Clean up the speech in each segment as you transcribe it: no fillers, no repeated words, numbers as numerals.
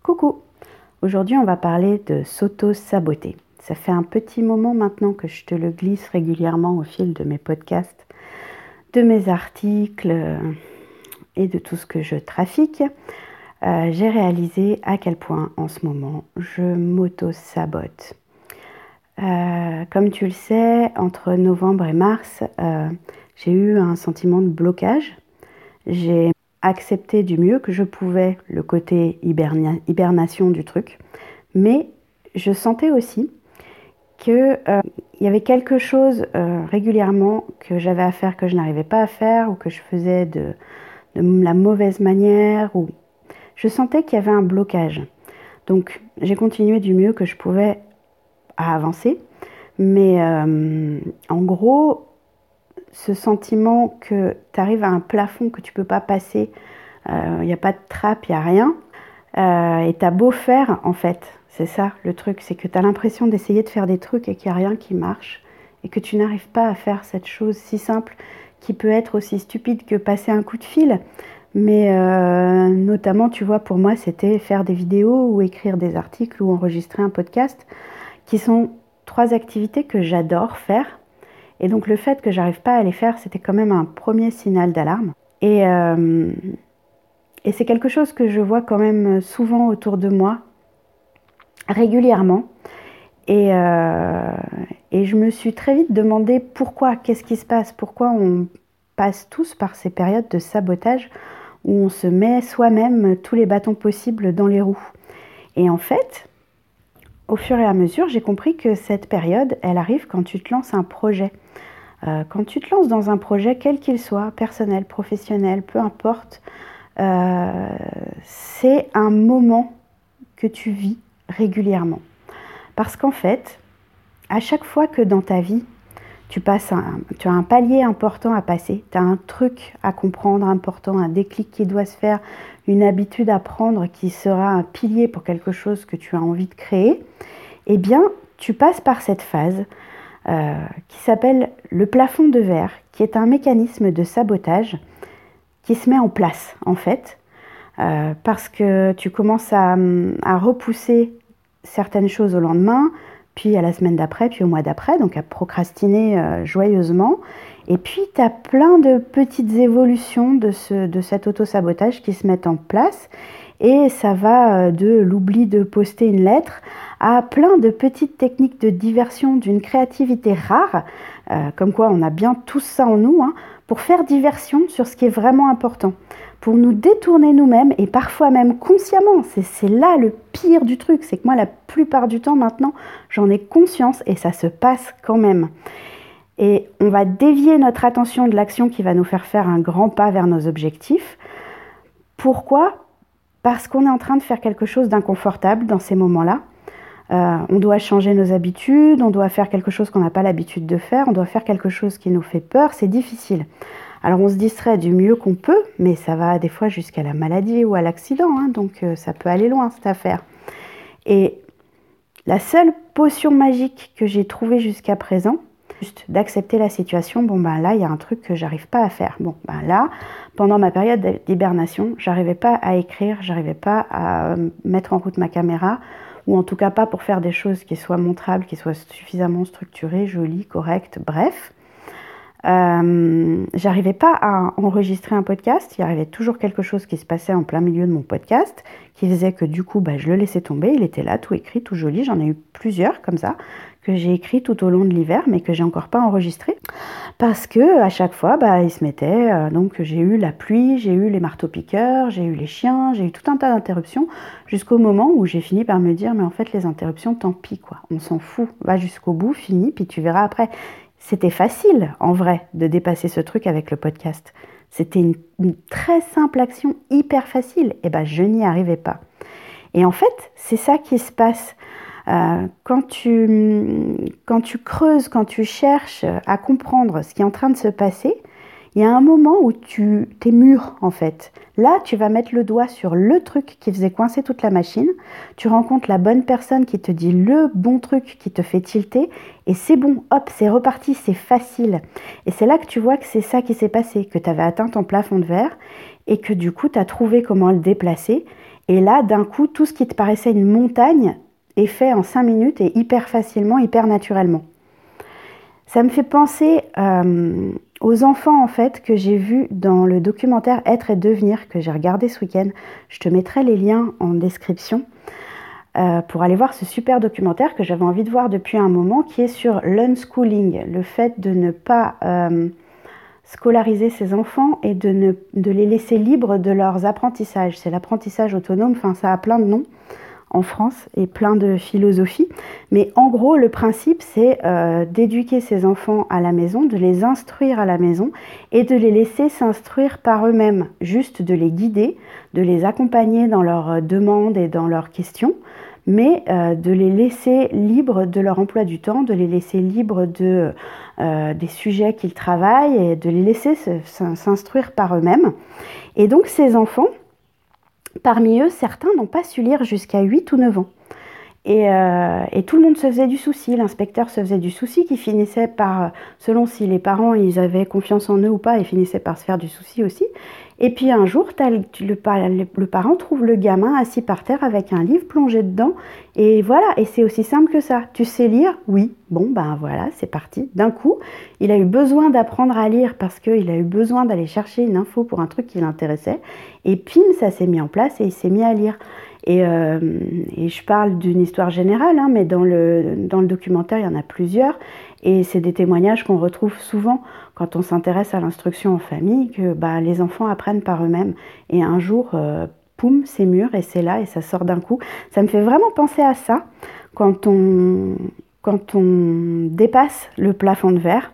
Coucou! Aujourd'hui, on va parler de s'auto-saboter. Ça fait un petit moment maintenant que je te le glisse régulièrement au fil de mes podcasts, de mes articles et de tout ce que je trafique. J'ai réalisé à quel point en ce moment je m'auto-sabote. Comme tu le sais, entre novembre et mars, j'ai eu un sentiment de blocage. J'ai accepté du mieux que je pouvais le côté hibernation du truc, mais je sentais aussi qu'il y avait quelque chose régulièrement que j'avais à faire que je n'arrivais pas à faire ou que je faisais de la mauvaise manière, ou je sentais qu'il y avait un blocage. Donc j'ai continué du mieux que je pouvais à avancer, mais en gros, ce sentiment que tu arrives à un plafond que tu ne peux pas passer, il n'y a pas de trappe, il n'y a rien, et tu as beau faire, en fait, c'est ça le truc, c'est que tu as l'impression d'essayer de faire des trucs et qu'il n'y a rien qui marche, et que tu n'arrives pas à faire cette chose si simple qui peut être aussi stupide que passer un coup de fil, mais notamment, tu vois, pour moi, c'était faire des vidéos ou écrire des articles ou enregistrer un podcast, qui sont 3 activités que j'adore faire. Et donc le fait que j'arrive pas à les faire, c'était quand même un premier signal d'alarme. Et c'est quelque chose que je vois quand même souvent autour de moi, régulièrement. Et je me suis très vite demandé pourquoi, qu'est-ce qui se passe, pourquoi on passe tous par ces périodes de sabotage où on se met soi-même tous les bâtons possibles dans les roues. Et en fait, au fur et à mesure, j'ai compris que cette période, elle arrive quand tu te lances un projet. Quand tu te lances dans un projet, quel qu'il soit, personnel, professionnel, peu importe, c'est un moment que tu vis régulièrement. Parce qu'en fait, à chaque fois que dans ta vie, tu as un palier important à passer, tu as un truc à comprendre important, un déclic qui doit se faire, une habitude à prendre qui sera un pilier pour quelque chose que tu as envie de créer, eh bien, tu passes par cette phase qui s'appelle le plafond de verre, qui est un mécanisme de sabotage qui se met en place, en fait, parce que tu commences à repousser certaines choses au lendemain, puis à la semaine d'après, puis au mois d'après, donc à procrastiner joyeusement. Et puis, tu as plein de petites évolutions de cet auto-sabotage qui se mettent en place. Et ça va de l'oubli de poster une lettre à plein de petites techniques de diversion d'une créativité rare, comme quoi on a bien tous ça en nous, pour faire diversion sur ce qui est vraiment important, pour nous détourner nous-mêmes et parfois même consciemment. C'est là le pire du truc, c'est que moi la plupart du temps maintenant j'en ai conscience et ça se passe quand même. Et on va dévier notre attention de l'action qui va nous faire faire un grand pas vers nos objectifs. Pourquoi ? Parce qu'on est en train de faire quelque chose d'inconfortable dans ces moments-là. On doit changer nos habitudes, on doit faire quelque chose qu'on n'a pas l'habitude de faire, on doit faire quelque chose qui nous fait peur, c'est difficile. Alors on se distrait du mieux qu'on peut, mais ça va des fois jusqu'à la maladie ou à l'accident, donc ça peut aller loin cette affaire. Et la seule potion magique que j'ai trouvée jusqu'à présent, juste d'accepter la situation, là il y a un truc que j'arrive pas à faire. Là, pendant ma période d'hibernation, j'arrivais pas à écrire, j'arrivais pas à mettre en route ma caméra, ou en tout cas pas pour faire des choses qui soient montrables, qui soient suffisamment structurées, jolies, correctes, bref. J'arrivais pas à enregistrer un podcast, il y arrivait toujours quelque chose qui se passait en plein milieu de mon podcast, qui faisait que du coup je le laissais tomber, il était là, tout écrit, tout joli, j'en ai eu plusieurs comme ça, que j'ai écrit tout au long de l'hiver, mais que j'ai encore pas enregistré, parce que à chaque fois, il se mettait, donc j'ai eu la pluie, j'ai eu les marteaux-piqueurs, j'ai eu les chiens, j'ai eu tout un tas d'interruptions, jusqu'au moment où j'ai fini par me dire, mais en fait les interruptions, tant pis quoi, on s'en fout, va jusqu'au bout, fini, puis tu verras après. C'était facile, en vrai, de dépasser ce truc avec le podcast. C'était une très simple action, hyper facile. Et je n'y arrivais pas. Et en fait, c'est ça qui se passe. Quand tu creuses, quand tu cherches à comprendre ce qui est en train de se passer, il y a un moment où t'es mûr, en fait. Là, tu vas mettre le doigt sur le truc qui faisait coincer toute la machine. Tu rencontres la bonne personne qui te dit le bon truc qui te fait tilter. Et c'est bon, hop, c'est reparti, c'est facile. Et c'est là que tu vois que c'est ça qui s'est passé, que tu avais atteint ton plafond de verre et que du coup, tu as trouvé comment le déplacer. Et là, d'un coup, tout ce qui te paraissait une montagne est fait en 5 minutes et hyper facilement, hyper naturellement. Ça me fait penser aux enfants en fait que j'ai vus dans le documentaire Être et devenir que j'ai regardé ce week-end. Je te mettrai les liens en description pour aller voir ce super documentaire que j'avais envie de voir depuis un moment, qui est sur l'unschooling, le fait de ne pas scolariser ses enfants et de les laisser libres de leurs apprentissages. C'est l'apprentissage autonome, enfin ça a plein de noms en France et plein de philosophies. Mais en gros, le principe, c'est d'éduquer ses enfants à la maison, de les instruire à la maison et de les laisser s'instruire par eux-mêmes, juste de les guider, de les accompagner dans leurs demandes et dans leurs questions, mais de les laisser libres de leur emploi du temps, de les laisser libres des sujets qu'ils travaillent et de les laisser s'instruire par eux-mêmes. Et donc ces enfants, parmi eux, certains n'ont pas su lire jusqu'à 8 ou 9 ans. Et tout le monde se faisait du souci, l'inspecteur se faisait du souci, qui finissait par, selon si les parents ils avaient confiance en eux ou pas, ils finissaient par se faire du souci aussi. Et puis un jour, le parent trouve le gamin assis par terre avec un livre plongé dedans, et voilà, et c'est aussi simple que ça. Tu sais lire? Oui. Bon, ben voilà, c'est parti. D'un coup, il a eu besoin d'apprendre à lire parce qu'il a eu besoin d'aller chercher une info pour un truc qui l'intéressait, et pim, ça s'est mis en place et il s'est mis à lire. Et je parle d'une histoire générale, hein, mais dans le documentaire, il y en a plusieurs. Et c'est des témoignages qu'on retrouve souvent quand on s'intéresse à l'instruction en famille, que les enfants apprennent par eux-mêmes. Et un jour, poum, c'est mûr et c'est là et ça sort d'un coup. Ça me fait vraiment penser à ça quand on dépasse le plafond de verre.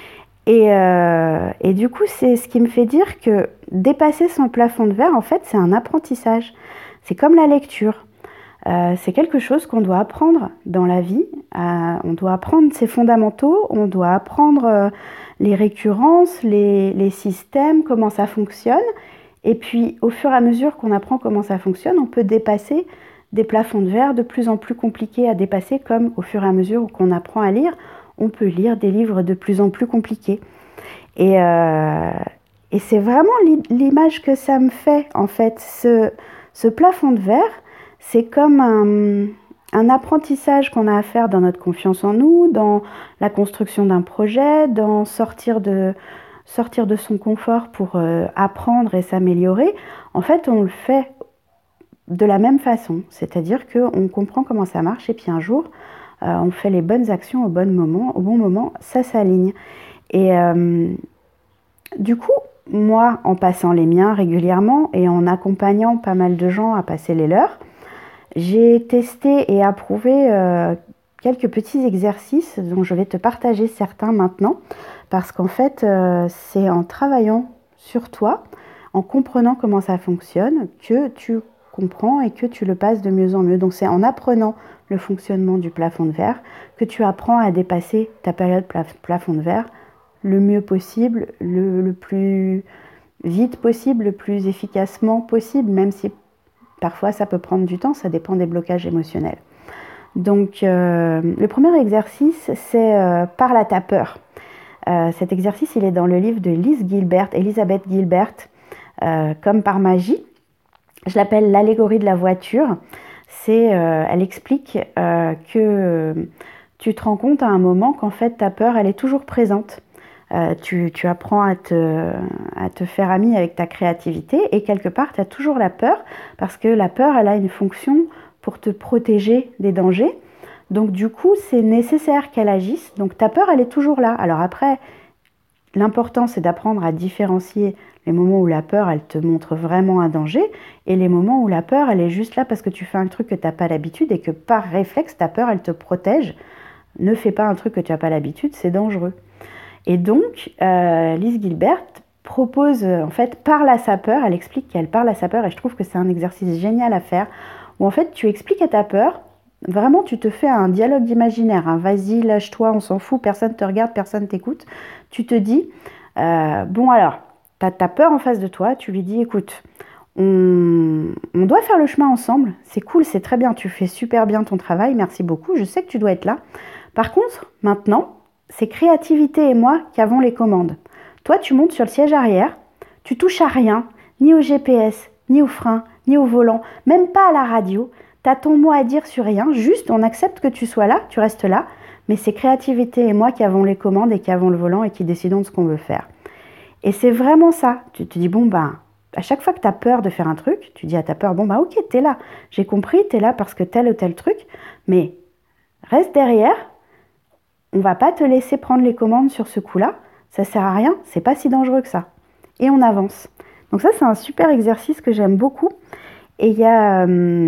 Et du coup, c'est ce qui me fait dire que dépasser son plafond de verre, en fait, c'est un apprentissage. C'est comme la lecture. C'est quelque chose qu'on doit apprendre dans la vie. On doit apprendre ses fondamentaux, on doit apprendre les récurrences, les systèmes, comment ça fonctionne. Et puis, au fur et à mesure qu'on apprend comment ça fonctionne, on peut dépasser des plafonds de verre de plus en plus compliqués à dépasser, comme au fur et à mesure qu'on apprend à lire, on peut lire des livres de plus en plus compliqués. Et c'est vraiment l'image que ça me fait, en fait. Ce plafond de verre, c'est comme un apprentissage qu'on a à faire dans notre confiance en nous, dans la construction d'un projet, dans sortir de son confort pour apprendre et s'améliorer. En fait, on le fait de la même façon, c'est-à-dire qu'on comprend comment ça marche et puis un jour, on fait les bonnes actions au bon moment, ça s'aligne. Et du coup, moi, en passant les miens régulièrement et en accompagnant pas mal de gens à passer les leurs, j'ai testé et approuvé quelques petits exercices dont je vais te partager certains maintenant, parce qu'en fait, c'est en travaillant sur toi, en comprenant comment ça fonctionne, que tu comprends et que tu le passes de mieux en mieux. Donc c'est en apprenant le fonctionnement du plafond de verre que tu apprends à dépasser ta période plafond de verre le mieux possible, le plus vite possible, le plus efficacement possible, même si parfois ça peut prendre du temps, ça dépend des blocages émotionnels. Donc le premier exercice, c'est parle à ta peur. Cet exercice, il est dans le livre de Elizabeth Gilbert, Comme par magie. Je l'appelle l'allégorie de la voiture. Elle explique que tu te rends compte à un moment qu'en fait ta peur, elle est toujours présente. Tu apprends à te faire ami avec ta créativité et quelque part, tu as toujours la peur parce que la peur, elle a une fonction pour te protéger des dangers. Donc du coup, c'est nécessaire qu'elle agisse. Donc ta peur, elle est toujours là. Alors après, l'important, c'est d'apprendre à différencier les moments où la peur, elle te montre vraiment un danger et les moments où la peur, elle est juste là parce que tu fais un truc que tu n'as pas l'habitude et que par réflexe, ta peur, elle te protège. Ne fais pas un truc que tu n'as pas l'habitude, c'est dangereux. Et donc, Liz Gilbert propose, en fait, parle à sa peur. Elle explique qu'elle parle à sa peur et je trouve que c'est un exercice génial à faire où en fait, tu expliques à ta peur, vraiment, tu te fais un dialogue imaginaire. Hein. Vas-y, lâche-toi, on s'en fout, personne te regarde, personne t'écoute. Tu te dis, bon alors, tu as ta peur en face de toi, tu lui dis, écoute, on doit faire le chemin ensemble, c'est cool, c'est très bien, tu fais super bien ton travail, merci beaucoup, je sais que tu dois être là. Par contre, maintenant, c'est créativité et moi qui avons les commandes. Toi, tu montes sur le siège arrière, tu touches à rien, ni au GPS, ni au frein, ni au volant, même pas à la radio. Tu as ton mot à dire sur rien, juste on accepte que tu sois là, tu restes là, mais c'est créativité et moi qui avons les commandes et qui avons le volant et qui décidons de ce qu'on veut faire. Et c'est vraiment ça. Tu te dis, bon ben, à chaque fois que tu as peur de faire un truc, tu dis à ta peur, bon ben ok, t'es là, j'ai compris, t'es là parce que tel ou tel truc, mais reste derrière, on va pas te laisser prendre les commandes sur ce coup-là, ça sert à rien, c'est pas si dangereux que ça. Et on avance. Donc ça, c'est un super exercice que j'aime beaucoup. Et il y a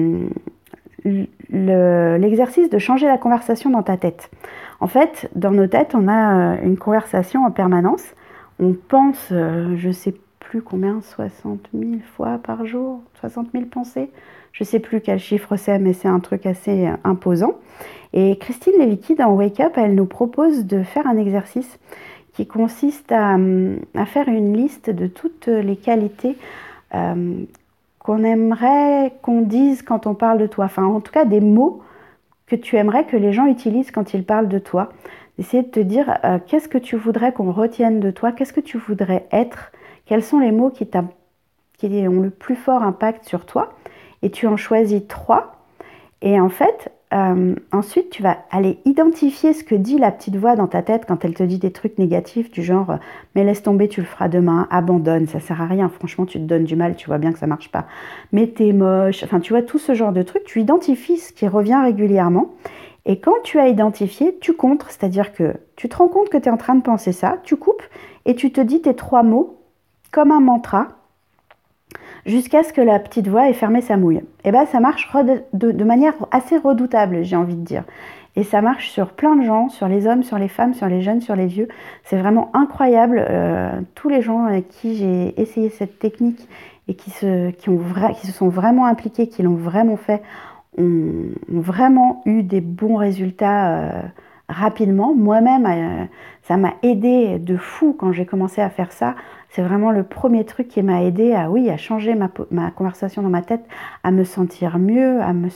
l'exercice de changer la conversation dans ta tête. En fait, dans nos têtes, on a une conversation en permanence. On pense, je ne sais plus combien, 60 000 fois par jour, 60 000 pensées. Je ne sais plus quel chiffre c'est, mais c'est un truc assez imposant. Et Christine Levicki, dans Wake Up, elle nous propose de faire un exercice qui consiste à faire une liste de toutes les qualités qu'on aimerait qu'on dise quand on parle de toi. Enfin, en tout cas, des mots que tu aimerais que les gens utilisent quand ils parlent de toi. Essayer de te dire qu'est-ce que tu voudrais qu'on retienne de toi, qu'est-ce que tu voudrais être, quels sont les mots qui ont le plus fort impact sur toi. Et tu en choisis 3. Et en fait, ensuite, tu vas aller identifier ce que dit la petite voix dans ta tête quand elle te dit des trucs négatifs du genre « mais laisse tomber, tu le feras demain, abandonne, ça sert à rien, franchement, tu te donnes du mal, tu vois bien que ça marche pas. Mais t'es moche. » Enfin, tu vois, tout ce genre de trucs, tu identifies ce qui revient régulièrement. Et quand tu as identifié, tu contres, c'est-à-dire que tu te rends compte que tu es en train de penser ça, tu coupes et tu te dis tes 3 mots comme un mantra, jusqu'à ce que la petite voix ait fermé sa mouille. Et bien ça marche de manière assez redoutable, j'ai envie de dire. Et ça marche sur plein de gens, sur les hommes, sur les femmes, sur les jeunes, sur les vieux. C'est vraiment incroyable. Tous les gens avec qui j'ai essayé cette technique et qui se sont vraiment impliqués, qui l'ont vraiment fait, ont vraiment eu des bons résultats rapidement. Moi-même, ça m'a aidé de fou quand j'ai commencé à faire ça. C'est vraiment le premier truc qui m'a aidé à changer ma conversation dans ma tête, à me sentir mieux, à me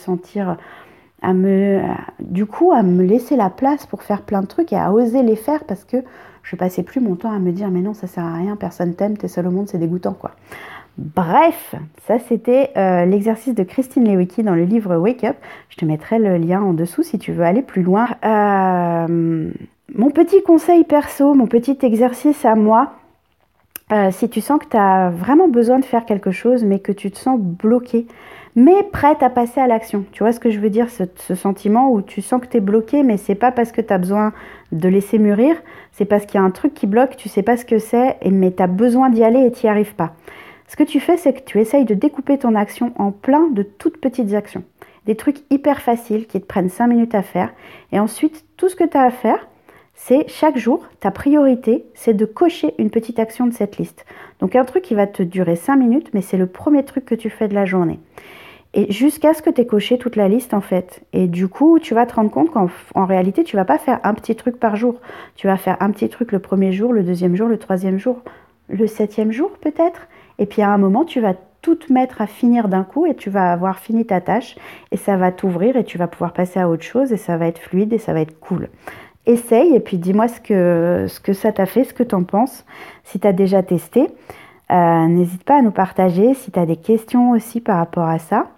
laisser la place pour faire plein de trucs et à oser les faire parce que je passais plus mon temps à me dire mais non, ça sert à rien, personne t'aime, t'es seul au monde, c'est dégoûtant quoi. Bref, ça c'était l'exercice de Christine Levicki dans le livre Wake Up. Je te mettrai le lien en dessous si tu veux aller plus loin. Mon petit conseil perso, mon petit exercice à moi, si tu sens que tu as vraiment besoin de faire quelque chose mais que tu te sens bloqué, mais prête à passer à l'action. Tu vois ce que je veux dire, ce sentiment où tu sens que tu es bloqué, mais c'est pas parce que tu as besoin de laisser mûrir, c'est parce qu'il y a un truc qui bloque, tu sais pas ce que c'est, mais tu as besoin d'y aller et tu n'y arrives pas. Ce que tu fais, c'est que tu essayes de découper ton action en plein de toutes petites actions. Des trucs hyper faciles qui te prennent 5 minutes à faire. Et ensuite, tout ce que tu as à faire, c'est chaque jour, ta priorité, c'est de cocher une petite action de cette liste. Donc un truc qui va te durer 5 minutes, mais c'est le premier truc que tu fais de la journée. Et jusqu'à ce que tu aies coché toute la liste en fait. Et du coup, tu vas te rendre compte qu'en réalité, tu vas pas faire un petit truc par jour. Tu vas faire un petit truc le premier jour, le deuxième jour, le troisième jour, le 7e jour peut-être. Et puis à un moment, tu vas tout te mettre à finir d'un coup et tu vas avoir fini ta tâche et ça va t'ouvrir et tu vas pouvoir passer à autre chose et ça va être fluide et ça va être cool. Essaye et puis dis-moi ce que ça t'a fait, ce que t'en penses, si tu as déjà testé. N'hésite pas à nous partager si tu as des questions aussi par rapport à ça.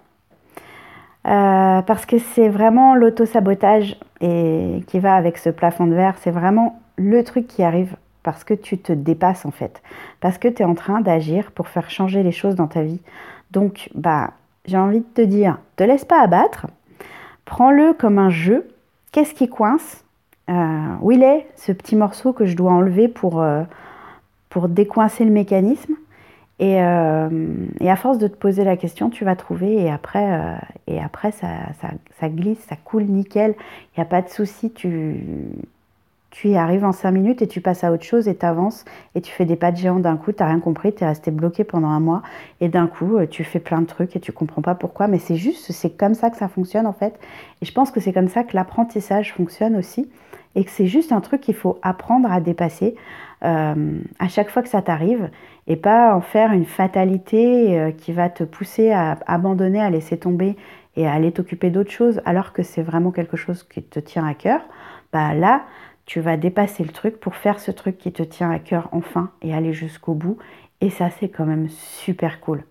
Parce que c'est vraiment l'auto-sabotage et qui va avec ce plafond de verre, c'est vraiment le truc qui arrive parce que tu te dépasses en fait, parce que tu es en train d'agir pour faire changer les choses dans ta vie. Donc, j'ai envie de te dire, te laisse pas abattre, prends-le comme un jeu. Qu'est-ce qui coince ? Où il est, ce petit morceau que je dois enlever pour décoincer le mécanisme ? Et à force de te poser la question, tu vas trouver et après ça glisse, ça coule nickel, il n'y a pas de souci, tu y arrives en 5 minutes et tu passes à autre chose et tu avances et tu fais des pas de géant d'un coup, tu n'as rien compris, tu es resté bloqué pendant un mois et d'un coup tu fais plein de trucs et tu comprends pas pourquoi, mais c'est comme ça que ça fonctionne en fait. Et je pense que c'est comme ça que l'apprentissage fonctionne aussi et que c'est juste un truc qu'il faut apprendre à dépasser à chaque fois que ça t'arrive et pas en faire une fatalité qui va te pousser à abandonner, à laisser tomber et à aller t'occuper d'autres choses alors que c'est vraiment quelque chose qui te tient à cœur. Là, tu vas dépasser le truc pour faire ce truc qui te tient à cœur enfin et aller jusqu'au bout. Et ça, c'est quand même super cool.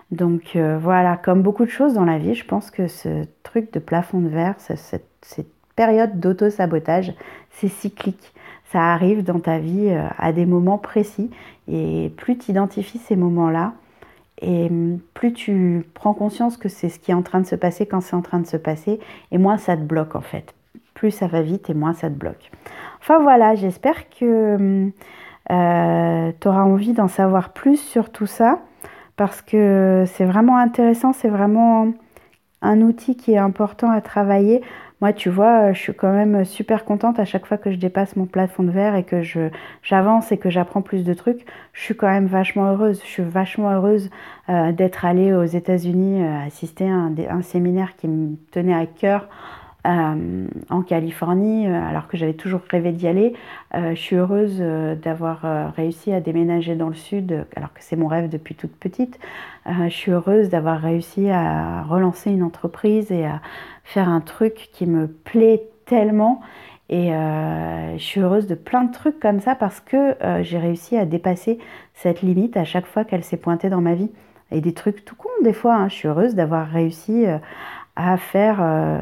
Donc voilà, comme beaucoup de choses dans la vie, je pense que ce truc de plafond de verre, cette période d'auto-sabotage, c'est cyclique. Ça arrive dans ta vie à des moments précis et plus tu identifies ces moments-là et plus tu prends conscience que c'est ce qui est en train de se passer quand c'est en train de se passer et moins ça te bloque en fait. Plus ça va vite et moins ça te bloque. Enfin voilà, j'espère que tu auras envie d'en savoir plus sur tout ça parce que c'est vraiment intéressant, c'est vraiment un outil qui est important à travailler. Moi, tu vois, je suis quand même super contente à chaque fois que je dépasse mon plafond de verre et que j'avance et que j'apprends plus de trucs. Je suis quand même vachement heureuse. Je suis vachement heureuse d'être allée aux États-Unis assister à un séminaire qui me tenait à cœur en Californie, alors que j'avais toujours rêvé d'y aller. Je suis heureuse d'avoir réussi à déménager dans le sud, alors que c'est mon rêve depuis toute petite. Je suis heureuse d'avoir réussi à relancer une entreprise et à faire un truc qui me plaît tellement. Et je suis heureuse de plein de trucs comme ça parce que j'ai réussi à dépasser cette limite à chaque fois qu'elle s'est pointée dans ma vie. Et des trucs tout cons des fois, hein. Je suis heureuse d'avoir réussi à faire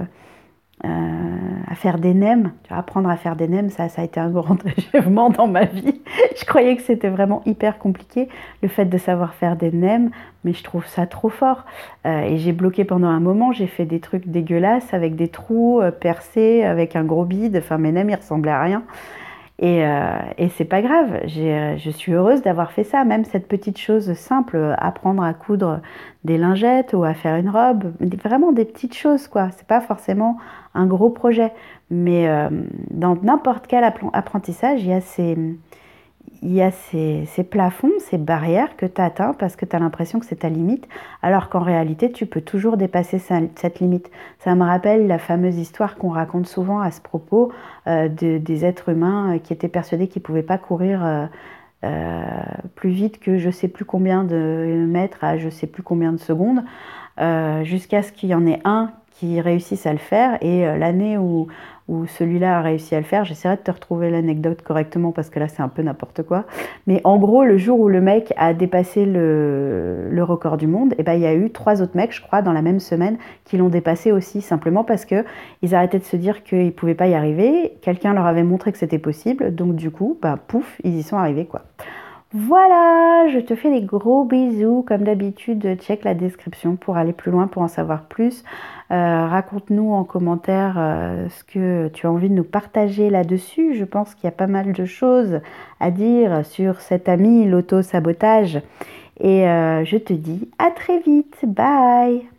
à faire des nems. Tu vois, apprendre à faire des nems, ça a été un grand achèvement dans ma vie. Je croyais que c'était vraiment hyper compliqué, le fait de savoir faire des nems, mais je trouve ça trop fort. Et j'ai bloqué pendant un moment, j'ai fait des trucs dégueulasses avec des trous percés, avec un gros bide. Enfin, mes nems, ils ressemblaient à rien. Et c'est pas grave, je suis heureuse d'avoir fait ça, même cette petite chose simple, apprendre à coudre des lingettes ou à faire une robe, vraiment des petites choses quoi, c'est pas forcément un gros projet, mais dans n'importe quel apprentissage, il y a ces plafonds, ces barrières que tu atteins parce que tu as l'impression que c'est ta limite, alors qu'en réalité, tu peux toujours dépasser cette limite. Ça me rappelle la fameuse histoire qu'on raconte souvent à ce propos des êtres humains qui étaient persuadés qu'ils ne pouvaient pas courir plus vite que je ne sais plus combien de mètres à je ne sais plus combien de secondes, jusqu'à ce qu'il y en ait un qui réussissent à le faire et l'année où celui-là a réussi à le faire, j'essaierai de te retrouver l'anecdote correctement parce que là c'est un peu n'importe quoi, mais en gros le jour où le mec a dépassé le record du monde, et ben, il y a eu 3 autres mecs je crois dans la même semaine qui l'ont dépassé aussi, simplement parce que ils arrêtaient de se dire qu'ils pouvaient pas y arriver, quelqu'un leur avait montré que c'était possible, donc du coup bah pouf, ils y sont arrivés quoi. Voilà, je te fais des gros bisous. Comme d'habitude, check la description pour aller plus loin, pour en savoir plus. Raconte-nous en commentaire ce que tu as envie de nous partager là-dessus. Je pense qu'il y a pas mal de choses à dire sur cet ami, l'auto-sabotage. Et je te dis à très vite. Bye!